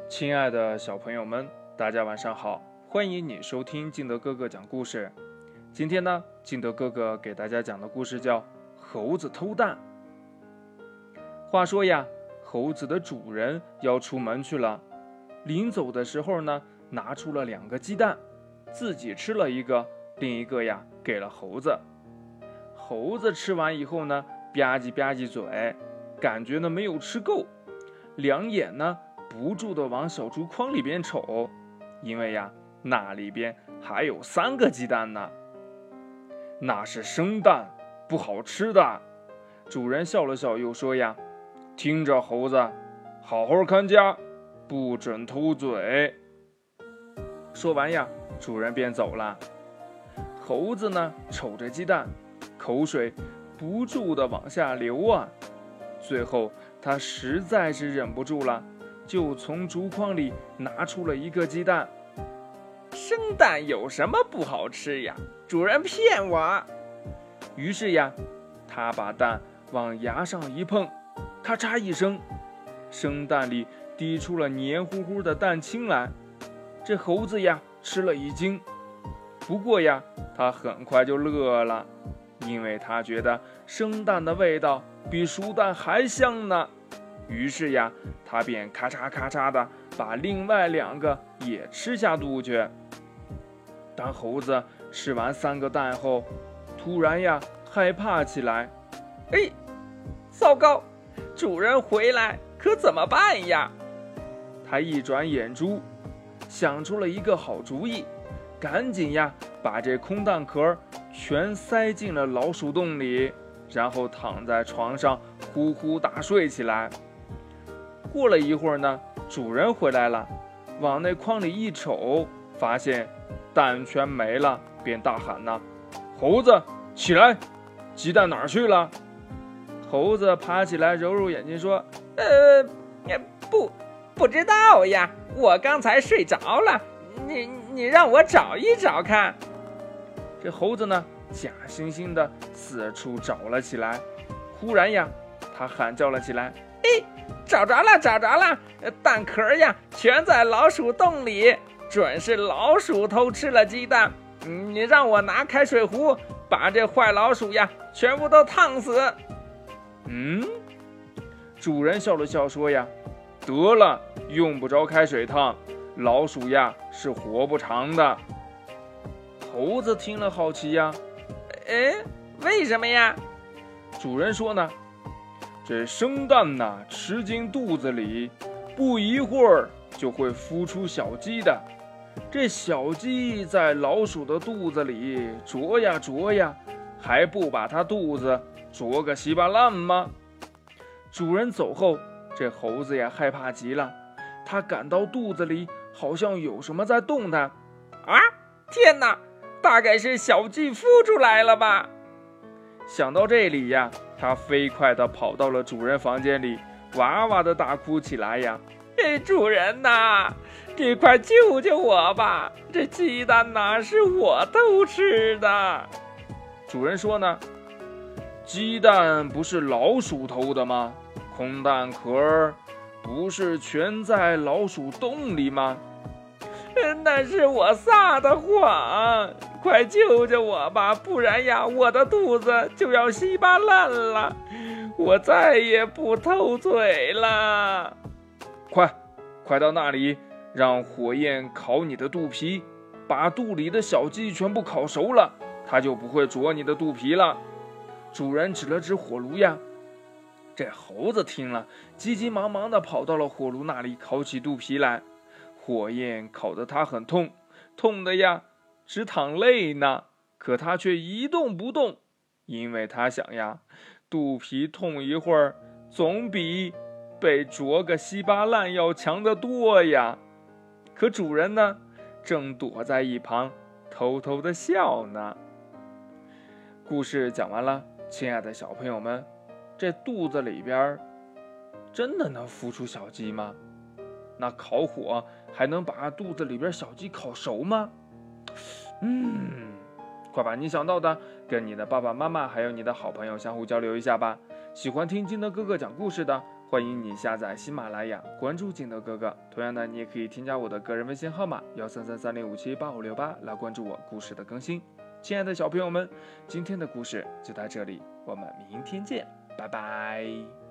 亲爱的小朋友们，大家晚上好，欢迎你收听金德哥哥讲故事。今天呢，金德哥哥给大家讲的故事叫《猴子偷蛋》。话说呀，猴子的主人要出门去了，临走的时候呢，拿出了2个鸡蛋，自己吃了一个，另一个呀给了猴子。猴子吃完以后呢，吧唧吧唧嘴，感觉呢没有吃够，两眼呢不住地往小竹筐里边瞅，因为呀那里边还有3个鸡蛋呢。那是生蛋，不好吃的。主人笑了笑，又说呀，听着猴子，好好看家，不准偷嘴。说完呀，主人便走了。猴子呢瞅着鸡蛋，口水不住地往下流啊。最后他实在是忍不住了，就从竹筐里拿出了1个鸡蛋。 生蛋有什么不好吃呀？主人骗我。 于是呀，他把蛋往牙上一碰，咔嚓一声，生蛋里滴出了黏糊糊的蛋清来。这猴子呀吃了一惊，不过呀他很快就乐了，因为他觉得生蛋的味道比熟蛋还香呢。于是呀，他便咔嚓咔嚓的把另外2个也吃下肚去。当猴子吃完3个蛋后，突然呀害怕起来。 哎，糟糕，主人回来可怎么办呀？ 他一转眼珠，想出了一个好主意，赶紧呀把这空蛋壳全塞进了老鼠洞里，然后躺在床上呼呼大睡起来。过了一会儿呢，主人回来了，往那筐里一瞅，发现蛋全没了，便大喊呢，猴子起来，鸡蛋哪儿去了？猴子爬起来揉揉眼睛说， 不知道呀，我刚才睡着了，你让我找一找看。 这猴子呢假惺惺的四处找了起来，忽然呀他喊叫了起来， 找着了，蛋壳呀全在老鼠洞里，准是老鼠偷吃了鸡蛋。你让我拿开水壶把这坏老鼠呀全部都烫死。 主人笑了笑说呀，得了，用不着开水烫，老鼠呀是活不长的。猴子听了好奇呀， 为什么呀？ 主人说呢，这生蛋呐吃进肚子里，不一会儿就会孵出小鸡的。这小鸡在老鼠的肚子里啄呀啄呀，还不把它肚子啄个稀巴烂吗？主人走后，这猴子呀害怕极了，他感到肚子里好像有什么在动弹。 天哪，大概是小鸡孵出来了吧。 想到这里呀，他飞快地跑到了主人房间里，哇哇地大哭起来呀。 主人呐，你快救救我吧，这鸡蛋哪是我偷吃的。 主人说呢，鸡蛋不是老鼠偷的吗？空蛋壳不是全在老鼠洞里吗？ 那是我撒的谎，快救救我吧，不然呀我的肚子就要稀巴烂了，我再也不偷嘴了。 快到那里，让火焰烤你的肚皮，把肚里的小鸡全部烤熟了，它就不会啄你的肚皮了。主人指了指火炉呀。这猴子听了，急急忙忙地跑到了火炉那里，烤起肚皮来。火焰烤得他很痛，痛的呀直淌泪呢，可他却一动不动，因为他想呀，肚皮痛一会儿总比被啄个稀巴烂要强得多呀。可主人呢，正躲在一旁偷偷地笑呢。故事讲完了，亲爱的小朋友们，这肚子里边真的能孵出小鸡吗？那烤火还能把肚子里边小鸡烤熟吗？快把你想到的跟你的爸爸妈妈还有你的好朋友相互交流一下吧。喜欢听金德哥哥讲故事的， 欢迎你下载喜马拉雅，关注金德哥哥。同样的，你也可以添加我的个人微信号码13330578568来关注我故事的更新。亲爱的小朋友们，今天的故事就到这里，我们明天见，拜拜。